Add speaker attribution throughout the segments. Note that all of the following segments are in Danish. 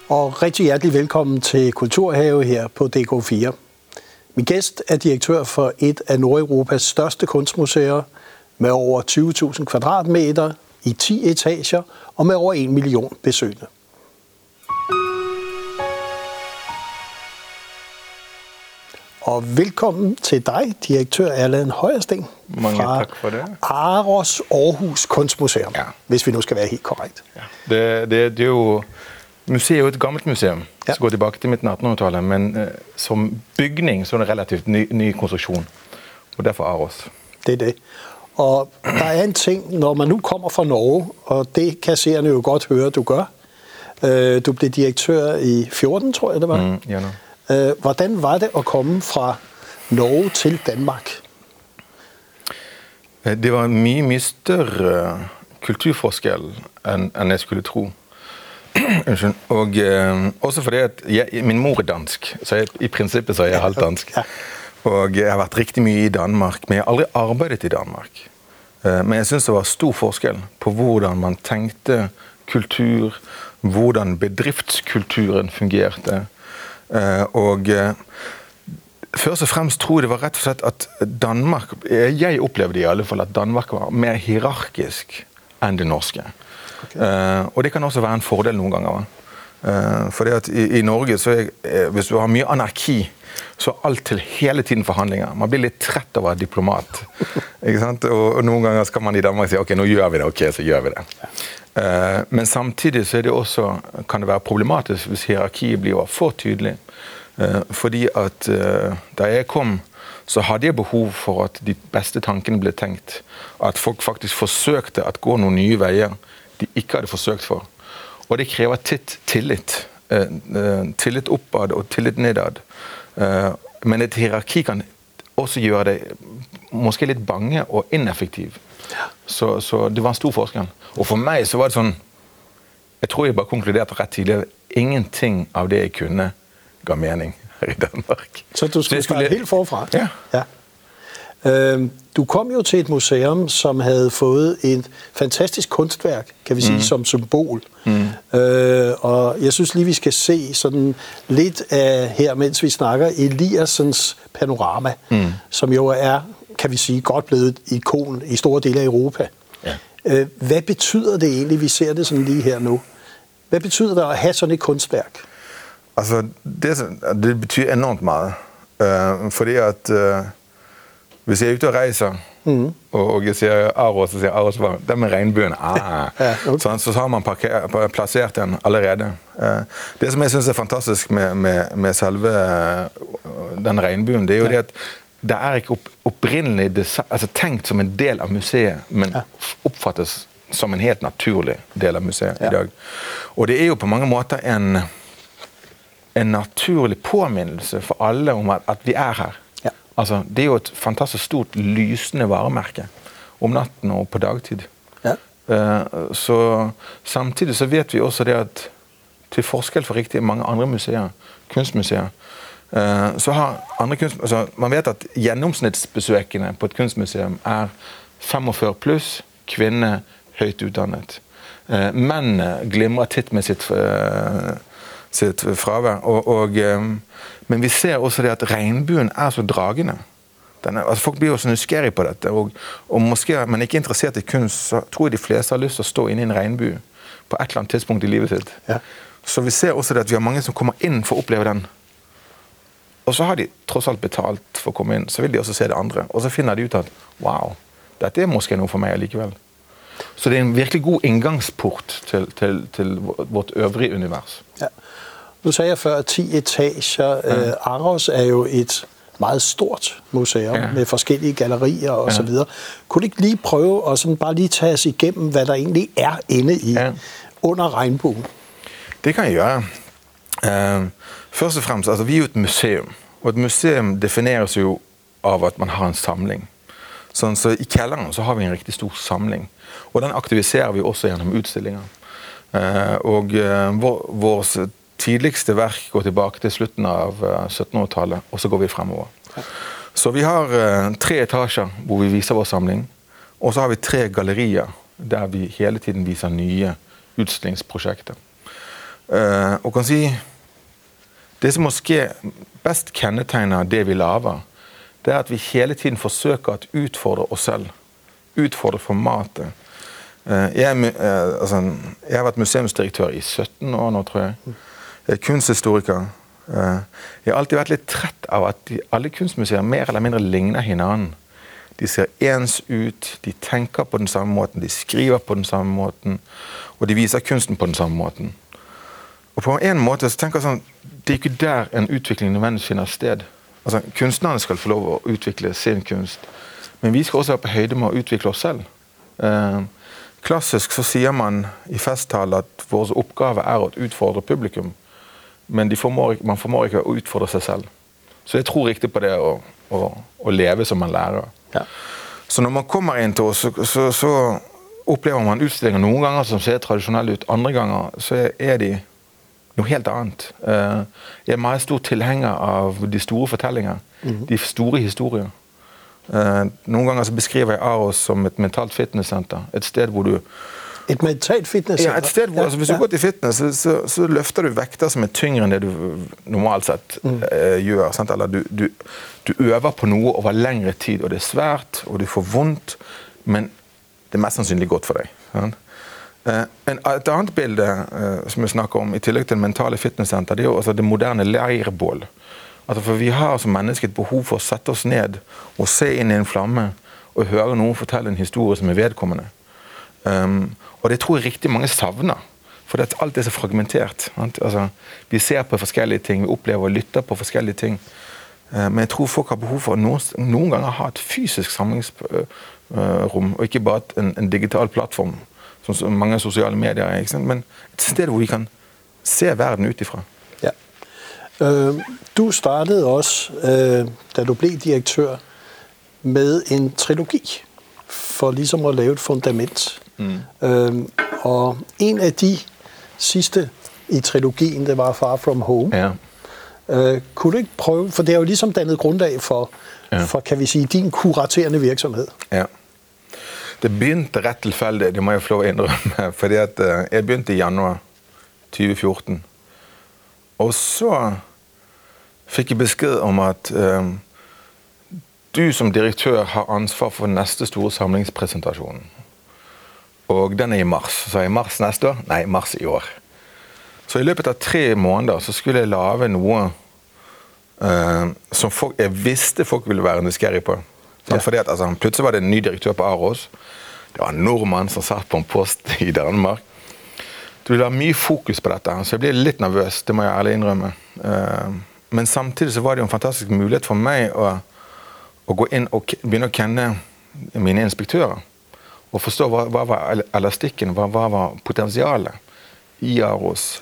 Speaker 1: Og rigtig hjertelig velkommen til Kulturhave her på DK4. Min gæst er direktør for et af Nordeuropas største kunstmuseer med over 20.000 kvadratmeter i 10 etager og med over 1 million besøgende. Og velkommen til dig, direktør Allan Højersten fra
Speaker 2: tak for det.
Speaker 1: Aros Aarhus Kunstmuseum, hvis vi nu skal være helt korrekt.
Speaker 2: Ja. Det er jo museet er jo et gammelt museum, som går tilbage til midten af 1800-tallet, men som bygning så er det relativt ny konstruktion, og derfor Aros.
Speaker 1: Det er det. Og der er en ting, når man nu kommer fra Norge, og det kan seerne jo godt høre, du gør. Du blev direktør i 14, tror jeg det var. Hvordan var det at komme fra Norge til Danmark?
Speaker 2: Det var mye større kulturforskel enn jeg skulle tro. Og også fordi at min mor er dansk, så i prinsippet så er jeg halvt dansk. Og jeg har vært riktig mye i Danmark, men jeg har aldri arbeidet i Danmark. Men jeg synes det var stor forskel på hvordan man tenkte kultur, hvordan bedriftskulturen fungerte. Og først og fremst tror jeg det var rett og slett at Danmark, jeg opplevde i alle fall at Danmark var mer hierarkisk enn det norske. Og det kan også være en fordel noen ganger. Fordi at i Norge, så hvis du har mye anarki, så er alt til hele tiden forhandlinger. Man blir litt trett over diplomat. Ikke sant? Og noen ganger skal man i Danmark si, ok, nå gjør vi det, ok, så gjør vi det. Men samtidig så er det også, kan det være problematisk hvis hierarkiet blir for tydelig. Fordi at da jeg kom, så hadde jeg behov for at de beste tankene ble tenkt. At folk faktisk forsøkte at gå noen nye veier de ikke hadde forsøkt for. Og det krever tillit. Tillit oppad og tillit nedad. Men et hierarki kan også gjøre det måske litt bange og ineffektiv. Så det var en stor forskjell. Og for meg så var det sånn, jeg tror jeg bare konkluderte rett tidligere, ingenting av det jeg kunne ga mening her i Danmark.
Speaker 1: Så du skulle starte helt forfra? Ja. Du kom jo til et museum, som havde fået et fantastisk kunstværk, kan vi sige, som symbol. Og jeg synes lige, vi skal se sådan lidt af her, mens vi snakker, Eliassens panorama, som jo er, kan vi sige, godt blevet et ikon i store dele af Europa. Ja. Hvad betyder det egentlig, vi ser det sådan lige her nu? Hvad betyder det at have sådan et kunstværk?
Speaker 2: Altså, det betyder enormt meget. Fordi at hvis jeg er ute og rejser, og jeg ser Aros, så siger Aros, det med regnbuen, okay. Så har man plassert den allerede. Det som jeg synes er fantastisk med selve den regnbuen, det er jo det at det er ikke opprinnelig altså tenkt som en del av museet, men oppfattes som en helt naturlig del av museet i dag. Og det er jo på mange måter en naturlig påminnelse for alle om at vi er her. Altså, det er jo et fantastisk stort lysende varemerke om natten og på dagtid. Så samtidig så vet vi også det at til forskel for riktig mange andre museer, kunstmuseer, så har andre altså, man vet at gjennomsnittsbesøkende på et kunstmuseum er 45 pluss, kvinner høyt utdannet. Menn glimrer titt med sitt fravær, men vi ser også det at regnbuen er så dragende. Altså folk blir jo så nysgjerrige på dette, og måske man ikke er interessert i kunst, så tror jeg de fleste har lyst til å stå inne i en regnbue på et eller annet tidspunkt i livet sitt. Så vi ser også det at vi har mange som kommer inn for å oppleve den. Og så har de tross alt betalt for å komme inn, så vil de også se det andre. Og så finner de ut at, wow, dette er måske noe for meg likevel. Så det er en virkelig god inngangsport til vårt øvrige univers.
Speaker 1: Ja. Nu sagde jeg før 10 etager. Aros er jo et meget stort museum med forskellige gallerier og så videre. Kunne du ikke lige prøve at sådan bare lige tage os igennem, hvad der egentlig er inde i under regnbuen?
Speaker 2: Det kan jeg gøre. Først og fremmest, altså vi er jo et museum, og et museum defineres jo av at man har en samling. Så i kælderen så har vi en rigtig stor samling, og den aktiviserer vi også gjennom udstillinger. Og vores tidligste verk går tilbake til slutten av 1700-tallet, og så går vi fremover. Så vi har 3 etasjer hvor vi viser vår samling, og så har vi 3 gallerier der vi hele tiden viser nye utstillingsprojekter. Og kan si, det som måske best kendetegner det vi laver, det er at vi hele tiden forsøker at utfordre oss selv, utfordre formatet. Jeg har vært museumsdirektør i 17 år nå, tror jeg. Jeg er kunsthistoriker. Jeg har alltid vært litt trett av at alle kunstmuseer mer eller mindre ligner hinanden. De ser ens ut, de tenker på den samme måten, de skriver på den samme måten, og de viser kunsten på den samme måten. Og på en måte så tenker jeg sånn, det er ikke der en utvikling nødvendigvis finner sted. Altså, kunstnerne skal få lov å utvikle sin kunst, men vi skal også være på høyde med å utvikle oss selv. Klassisk så sier man i festtale at vår oppgave er å utfordre publikum, men man formår ikke å utfordre seg selv. Så jeg tror riktig på det å leve som man lærer. Ja. Så når man kommer inn til oss, så opplever man utstillinger noen ganger som ser tradisjonelle ut, andre ganger så er de noe helt annet. Jeg er meget stor tilhenger av de store fortellinger, de store historier. Noen ganger så beskriver jeg Aros som et mentalt fitnesssenter, et sted hvor du...
Speaker 1: Et mentalt fitnesssenter?
Speaker 2: Ja, et sted hvor, altså, hvis du går til fitness, så løfter du vekter som er tyngre enn det du normalt sett gjør, sant? Eller du øver på noe over lengre tid, og det er svært, og du får vondt, men det er mest sannsynlig godt for deg. Sant? Et annet bilde som vi snakker om, i tillegg til mentale fitnesssenter, det er jo altså det moderne leirbål. Altså, for vi har som mennesker et behov for å sette oss ned og se inn i en flamme og høre noen fortelle en historie som er vedkommende. Og det tror jeg riktig mange savner, for alt er så fragmentert. Altså, vi ser på forskjellige ting, vi opplever og lytter på forskjellige ting, men jeg tror folk har behov for noen ganger ha et fysisk samlingsrom, og ikke bare en digital plattform, som mange sosiale medier er, ikke sant? Men et sted hvor vi kan se verden utifra.
Speaker 1: Ja. Du startede også, da du blev direktør, med en trilogi, for ligesom at lave et fundament. Og en af de sidste i trilogien, det var Far From Home.
Speaker 2: Ja.
Speaker 1: Kunne du ikke prøve, for det er jo ligesom dannet grundlag for kan vi sige, din kuraterende virksomhed.
Speaker 2: Ja. Det begynte rett tilfeldig, det må jeg få lov å innrømme, fordi at jeg begynte i januar 2014. Og så fikk jeg besked om at du som direktør har ansvar for neste store samlingspresentasjon. Og den er i mars. Så i mars neste år? Nei, mars i år. Så i løpet av 3 måneder så skulle jeg lave noe som jeg visste folk ville være nysgjerrig på. Ja. Fordi at plutselig var det en ny direktør på Aros. Det var en nordmann som satt på en post i Danmark. Det ville ha mye fokus på dette, så jeg ble litt nervøs, det må jeg ærlig innrømme. Men samtidig så var det jo en fantastisk mulighet for meg å gå inn og begynne å kjenne mine inspektører. Og forstå hva var elastikken, hva var potensialet i Aros.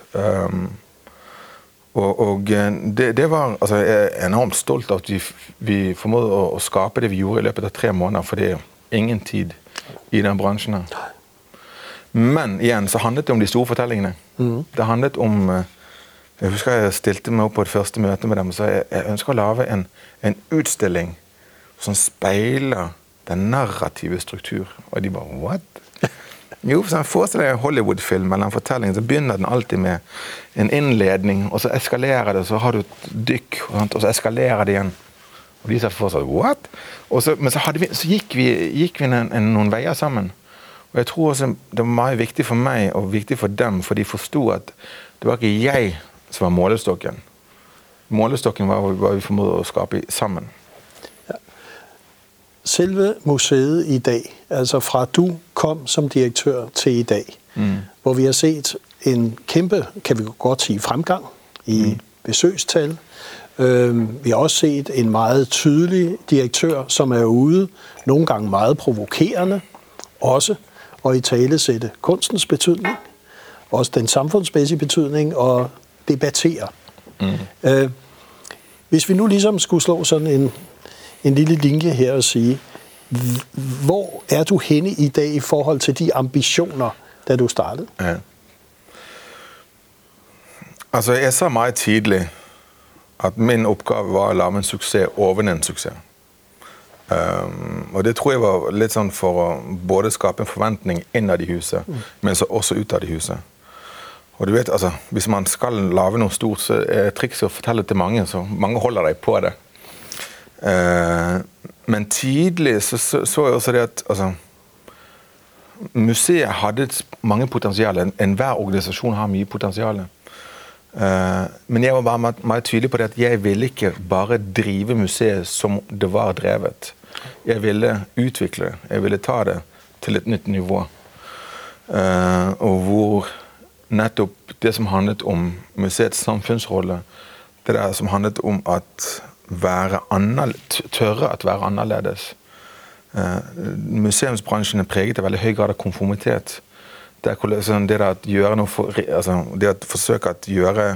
Speaker 2: Og det var, altså, jeg er enormt stolt av at vi formådde å skape det vi gjorde i løpet av 3 måneder, for det er ingen tid i den bransjen her. Men igjen så handlet det om de store fortellingene. Det handlet om, jeg husker jeg stilte meg opp på et første møte med dem, så jeg ønsker å lage en utstilling som speiler den narrative struktur. Og de bare, what? Jo, så forestiller jeg en Hollywood-film eller en fortelling, så begynner den alltid med en innledning, og så eskalerer det, så har du et dykk, og så eskalerer det igjen. Og de sa fortsatt, what? Men så gikk vi noen veier sammen. Og jeg tror også det var meget viktig for meg, og viktig for dem, for de forstod at det var ikke jeg som var målestokken. Målestokken var hva vi formådde å skape sammen.
Speaker 1: Selve museet i dag, altså fra du kom som direktør til i dag, hvor vi har set en kæmpe, kan vi godt sige, fremgang i besøgstal. Vi har også set en meget tydelig direktør, som er ude, nogle gange meget provokerende, også og i tale sætte kunstens betydning, også den samfundsmæssige betydning, og debattere. Hvis vi nu ligesom skulle slå sådan en lille linje her og sige, hvor er du henne i dag i forhold til de ambitioner, da du startede?
Speaker 2: Ja. Altså, jeg sa meget tidlig at min oppgave var å lage en suksess over en suksess. Og det tror jeg var litt sånn for å både skape en forventning innad i huset, men så også utad i huset. Og du vet, altså, hvis man skal lave noget stort, så er triks at fortælle til mange, så mange holder dig på det. Men tidlig så jeg også det, at altså, museet havde mange potentiale. Enhver organisation har mye potentiale. Men jeg var bare meget tydelig på det, at jeg ville ikke bare drive museet som det var drevet. Jeg ville udvikle det. Jeg ville ta det til et nytt nivå. Og hvor nettopp det som handlet om museets samfunnsrolle, det der som handlet om at tørre at være annerledes. Museumsbransjen er præget af veldig høj grad av konformitet. Det er det at gjøre noe for, altså det at forsøke at gjøre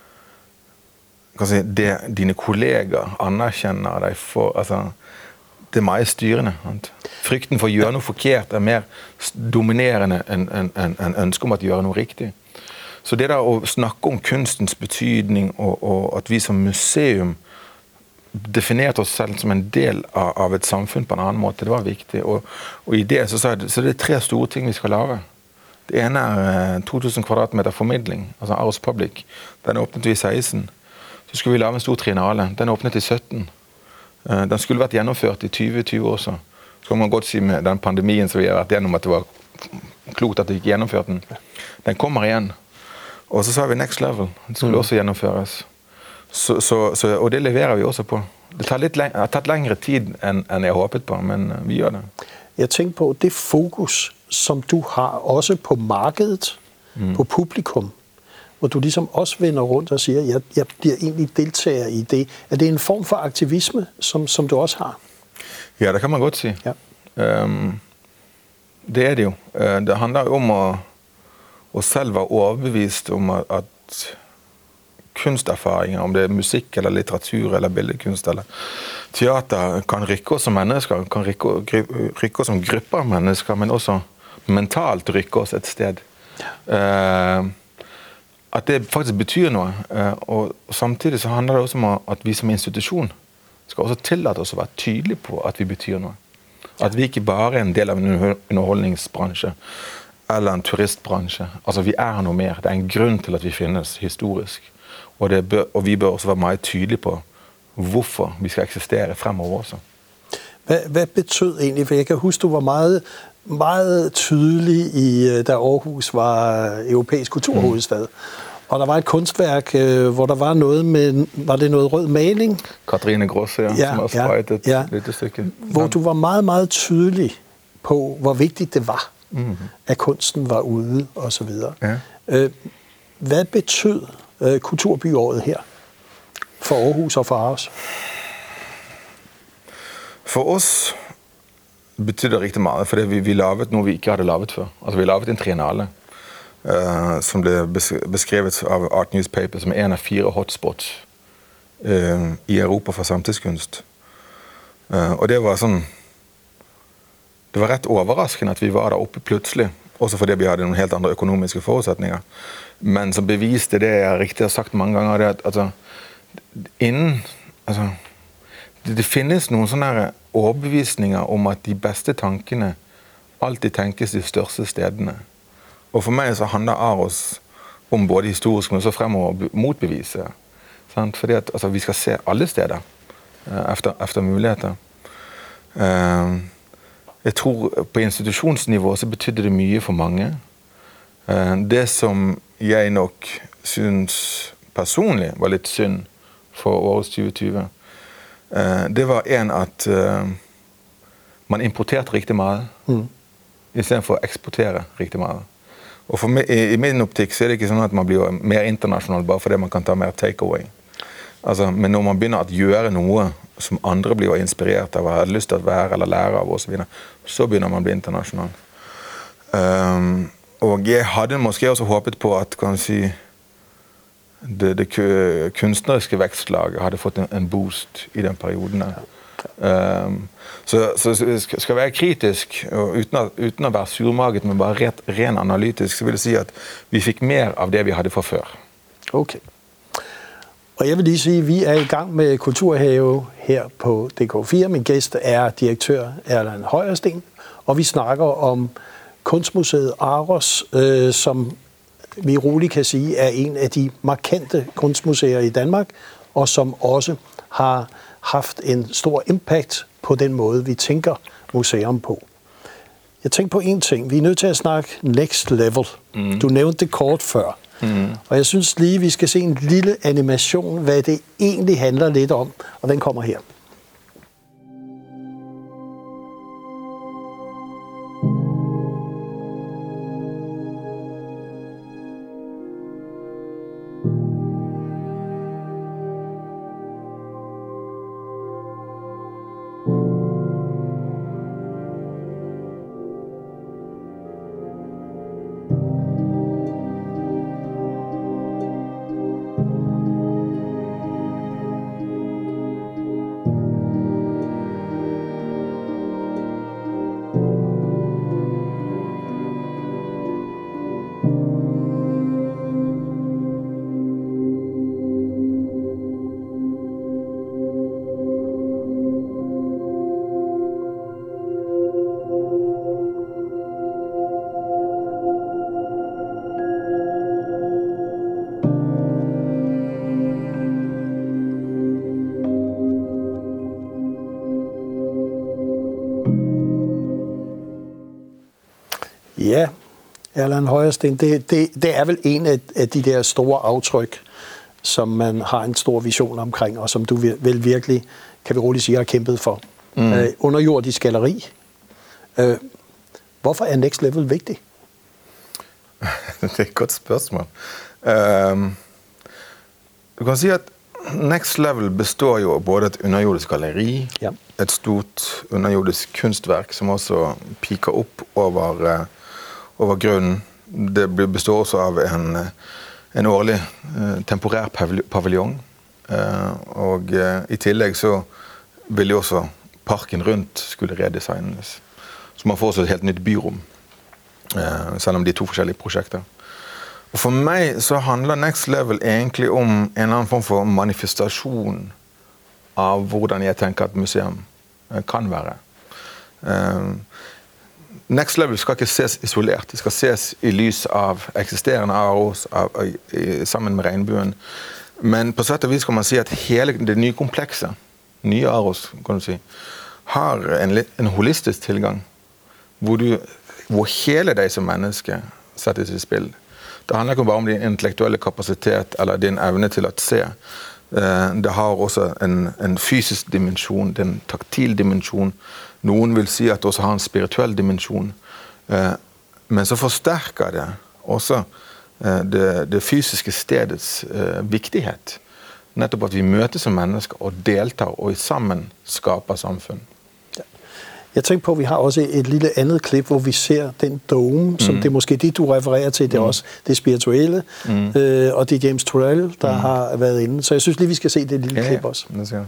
Speaker 2: det dine kolleger anerkjenner deg for, altså det er meget styrende. Frykten for at gjøre noe forkert er mer dominerende end ønske om at gjøre noe riktig. Så det der å snakke om kunstens betydning og at vi som museum definerte oss selv som en del av et samfunn på en annen måte, det var viktig. Og i det så det er 3 store ting vi skal lave. Det ene er 2000 kvadratmeter formidling, altså Aros Public. Den åpnet vi i 16. Så skulle vi lave en stor triennale. Den åpnet i 17. Den skulle vært gjennomført i 20 år så. Så kan man godt si med den pandemien som vi har vært gjennom, at det var klokt at det ikke gjennomførte den. Den kommer igjen. Og så sa vi next level. Den skulle også gjennomføres. Og det leverer vi også på. Det har tatt lengre tid enn jeg håpet på, men vi gjør det.
Speaker 1: Jeg tænker på det fokus, som du har også på markedet, på publikum, hvor du ligesom også vender rundt og siger, jeg bliver egentlig deltager i det. Er det en form for aktivisme, som du også har?
Speaker 2: Ja, det kan man godt sige. Ja. Det er det jo. Det handler jo om at selv være overbevist om at kunsterfaringer, om det er musik eller litteratur eller billedkunst eller teater, kan rykke oss som mennesker, kan rykke oss som grupper av mennesker, men også mentalt rykke oss et sted. At det faktisk betyr noe. Og samtidig så handler det også om at vi som institusjon skal også tillate oss å være tydelige på at vi betyr noe. At vi ikke bare er en del av en underholdningsbransje eller en turistbransje. Altså vi er noe mer. Det er en grunn til at vi finnes historisk. Og vi bør også være meget tydelige på hvorfor vi skal eksistere fremover også.
Speaker 1: Hvad betød egentlig? For jeg kan huske, du var meget, meget tydelig da Aarhus var europæisk kulturhovedstad. Og der var et kunstværk, hvor der var noget med, var det noget rød maling?
Speaker 2: Katrine Grosse, som har sprøjt et lille stykke.
Speaker 1: Hvor du var meget, meget tydelig på, hvor vigtigt det var, at kunsten var ude og så videre. Ja. Hvad betød kulturbyåret her for Aarhus og for Aros?
Speaker 2: For oss betydde det rigtig meget, fordi vi lavede noget, vi ikke havde lavet før. Altså vi lavede en triennale, som blev beskrevet av Art Newspaper som en af 4 hotspots i Europa for samtidskunst. Og det var sådan, det var ret overraskende, at vi var deroppe pludselig, også fordi vi havde nogle helt andre økonomiske forudsætninger. Men som beviste det, jeg rigtig har sagt mange gange, det at altså, det findes nogle sådan her overbevisninger om, at de bedste tankene altid tænkes de største stedene. Og for mig så handler Aros om både historisk, men så fremover motbevise. Sant? Fordi at altså, vi skal se alle steder efter muligheder. Jeg tror på institutionsniveau så betydde det mye for mange. Det som jeg nok synes personligt var lidt synd for året 2020, det var at man importerede rigtig meget, i stedet for at eksportere rigtig meget. Og for mig, i min optik så er det ikke sådan, at man bliver mere international, bare fordi man kan ta mere takeaway. Altså, men når man begynder at gøre noget, som andre bliver inspireret av, har lyst til at være eller lære av og så videre, så begynder man at blive international. Og jeg havde måske også håbet på at kan si, det kunstneriske vækstlaget havde fått en boost i den perioden. Så skal være kritisk, og uten at være surmaget, men bare ren analytisk, så vil jeg sige, at vi fik mere av det, vi havde fra før.
Speaker 1: Okay. Og jeg vil lige sige, at vi er i gang med Kulturhave her på DK4. Min gæst er direktør Erland Højersten, og vi snakker om Kunstmuseet Aros, som vi roligt kan sige, er en af de markante kunstmuseer i Danmark, og som også har haft en stor impact på den måde, vi tænker museum på. Jeg tænker på en ting. Vi er nødt til at snakke next level. Du nævnte det kort før. Og jeg synes lige, vi skal se en lille animation, hvad det egentlig handler lidt om, og den kommer her. Ja, Erland Højersten, det er vel en af de der store aftryk, som man har en stor vision omkring, og som du vel virkelig, kan vi roligt sige, har kæmpet for. Underjordisk galleri. Hvorfor er Next Level vigtig?
Speaker 2: Det er et godt spørgsmål. Du kan sige, at Next Level består jo av både et underjordisk galleri, et stort underjordisk kunstværk, som også piker opp over grunnen. Det består også av en årlig temporær paviljon, og i tillegg så vil jo også parken rundt skulle redesignes. Så man får også et helt nytt byrom, selv om de er to forskjellige prosjekter. Og for meg så handler Next Level egentlig om en eller annen form for manifestasjon av hvordan jeg tenker at museum kan være. Next Level skal ikke ses isolert, det skal ses i lys av eksisterende Aros sammen med regnbuen. Men på sett og vis kan man si at hele det nye komplekset, nye Aros kan du si, har en holistisk tilgang, hvor hele deg som menneske settes i spill. Det handler ikke bare om din intellektuelle kapasitet eller din evne til å se. Det har også en fysisk dimensjon, en taktil dimensjon. Noen vil si at det også har en spirituell dimensjon. Men så forsterker det også det fysiske stedets viktighet. Nettopp at vi møtes som mennesker og deltar og sammen skaper samfunn.
Speaker 1: Jeg tænker på, at vi har også et lille andet klip, hvor vi ser den dome, som det er måske det, du refererer til. Det er også det spirituelle, og det er James Turrell, der har været inde. Så jeg synes lige, vi skal se det lille klip også.
Speaker 2: Ja.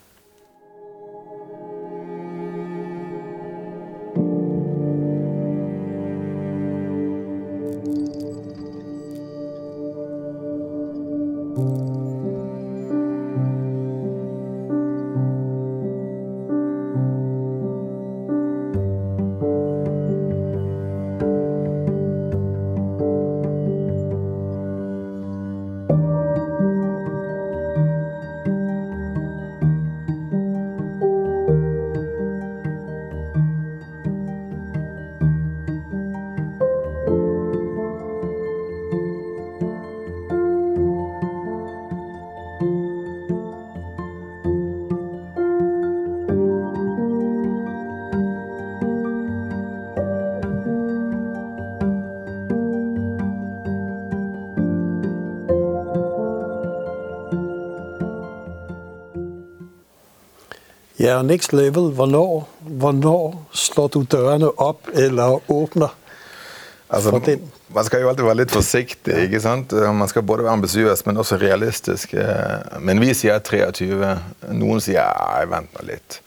Speaker 1: Ja, og Next Level, hvornår slår du dørene op eller åbner for den?
Speaker 2: Man skal jo alltid være lidt forsigtig, ikke sant? Man skal både være ambitiøs, men også realistisk. Men vi siger 23, nogen siger, jeg venter lidt.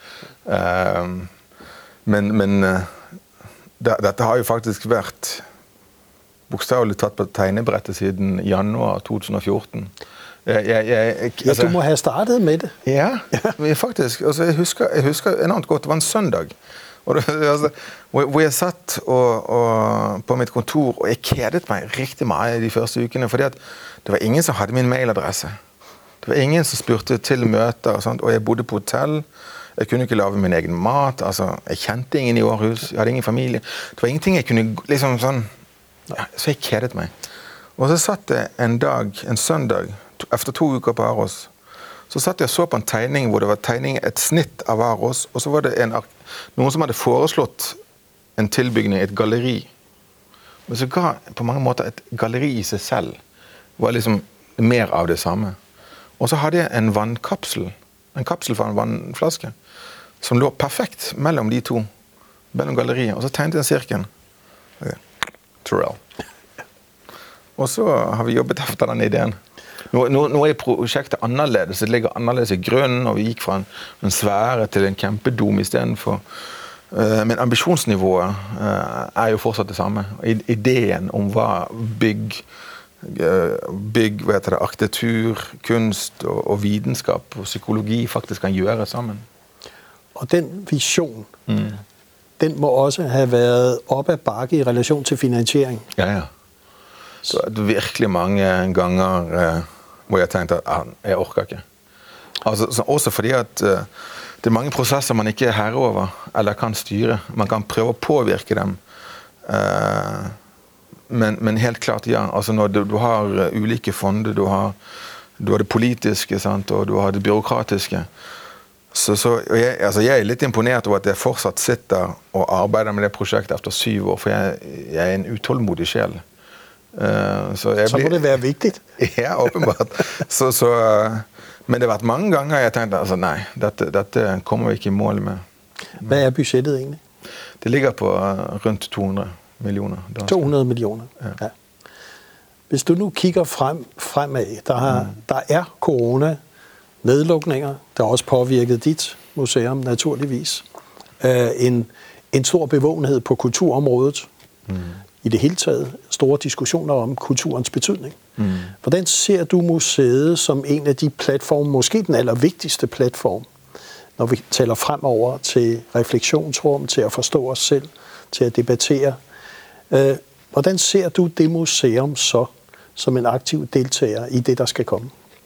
Speaker 2: Men dette har jo faktisk været bogstaveligt taget på tegnebrettet siden januar 2014.
Speaker 1: Du må have startet med det.
Speaker 2: Ja, faktisk. Altså, jeg husker enormt godt, det var en søndag. Hvor jeg satt på mitt kontor, og jeg kedet meg riktig mye de første ukene, fordi at det var ingen som hadde min mailadresse. Det var ingen som spurte til møter, og jeg bodde på hotell. Jeg kunne ikke lage min egen mat, altså, jeg kjente ingen i Aarhus, jeg hadde ingen familie. Det var ingenting jeg kunne, liksom sånn, ja, så jeg kedet meg. Og så satt jeg en søndag, efter 2 uker på Aros, så satt jeg og så på en tegning hvor det var et snitt av Aros, og så var det noen som hadde foreslått en tilbygning, et galleri. Men så ga på mange måter et galleri i seg selv, var liksom mer av det samme. Og så hadde jeg en vannkapsel, en kapsel for en vannflaske, som lå perfekt mellom de to, mellom galleriet, og så tegnet jeg en sirkel. Turell. Og så har vi jobbet efter den ideen. Nå er prosjektet annerledes, det ligger annerledes i grunnen, og vi gikk fra en sfære til en kjempedom i stedet for. Men ambisjonsnivået er jo fortsatt det samme. Ideen om hva bygg, hva heter det, arkitektur, kunst og vitenskap og psykologi faktisk kan gjøre sammen.
Speaker 1: Og den vision, den må også have været op ad bakke i relation til finansiering.
Speaker 2: Ja. Så det er virkelig mange ganger hvor jeg tenkte at jeg orker ikke. Altså, også fordi at det er mange prosesser man ikke er herre over, eller kan styre. Man kan prøve å påvirke dem. Men helt klart, ja. Altså når du har ulike fonder, du har det politiske, sant, og du har det byråkratiske. Jeg er litt imponert over at jeg fortsatt sitter og arbeider med det prosjektet efter 7 år, for jeg er en utålmodig sjel.
Speaker 1: Så må det være vigtigt.
Speaker 2: Ja, åpenbart. Men det har vært mange ganger jeg tenkte, altså nei, dette kommer vi ikke i mål med.
Speaker 1: Hvad er budgettet egentlig?
Speaker 2: Det ligger på rundt 200 millioner.
Speaker 1: 200 millioner, ja. Hvis du nu kigger fremad, der er corona, nedlukninger, der også påvirket dit museum naturligvis, en stor bevågenhed på kulturområdet, i det hele taget store diskussioner om kulturens betydning. Hvordan ser du museet som en af de platforme, måske den allervigtigste platform, når vi taler fremover til refleksionsrum, til at forstå os selv, til at debattere? Hvordan ser du det museum så som en aktiv deltager i det, der skal komme?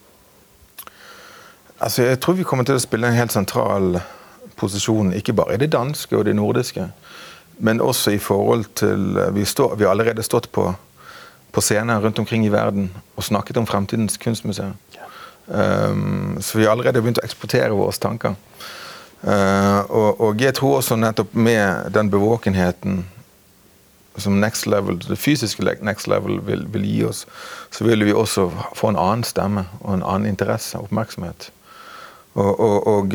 Speaker 2: Altså, jeg tror vi kommer til å spille en helt central posisjon, ikke bare i det danske og det nordiske, men også i forhold til, vi har allerede stått på scener rundt omkring i verden og snakket om fremtidens kunstmuseum. Så vi har allerede begynt å eksportere våre tanker. Og jeg tror også nettopp med den bevåkenheten som next level, det fysiske next level vil gi oss, så vil vi også få en annen stemme og en annen interesse og oppmerksomhet. Og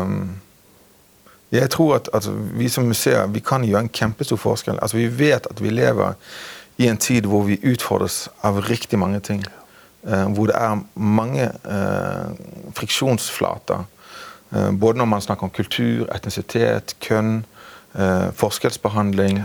Speaker 2: jeg tror at vi som museer, vi kan gjøre en kjempestor forskjell. Altså vi vet at vi lever i en tid hvor vi utfordres av riktig mange ting. Hvor det er mange friksjonsflater. Både når man snakker om kultur, etnisitet, kønn, forskjellsbehandling,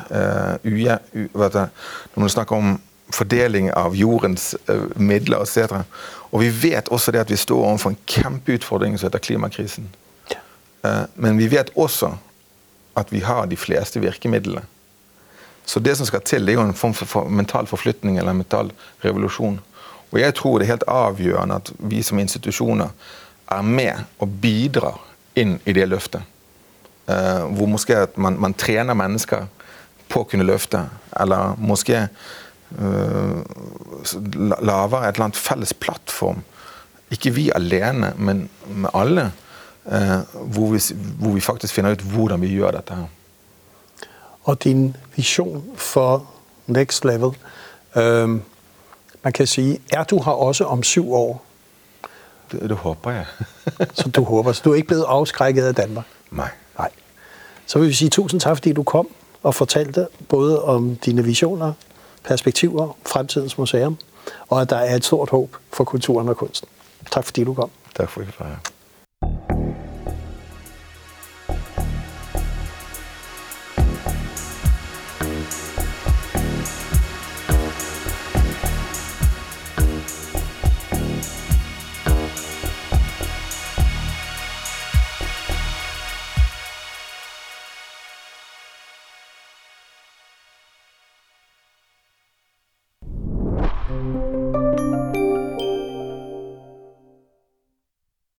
Speaker 2: når man snakker om fordeling av jordens midler, etc. Og vi vet også det at vi står overfor en kjempeutfordring som heter klimakrisen. Men vi vet også at vi har de fleste virkemidlene. Så det som skal til, det er jo en form for mental forflytning eller en mental revolusjon. Og jeg tror det er helt avgjørende at vi som institusjoner er med og bidrar inn i det løftet. Hvor måske at man trener mennesker på å kunne løfte, eller måske laver et eller annet felles plattform, ikke vi alene, men med alle, hvor vi faktisk finner ut hvordan vi gjør dette her.
Speaker 1: Og din vision for Next Level, man kan sige, du her også om 7 år?
Speaker 2: Det håber jeg.
Speaker 1: Så du håber, så du er ikke blevet afskrækket af Danmark?
Speaker 2: Nej.
Speaker 1: Så vil vi sige tusind tak, fordi du kom og fortalte både om dine visioner, perspektiver, fremtidens museum, og at der er et stort håb for kulturen og kunsten. Tak fordi du kom.
Speaker 2: Tak for det.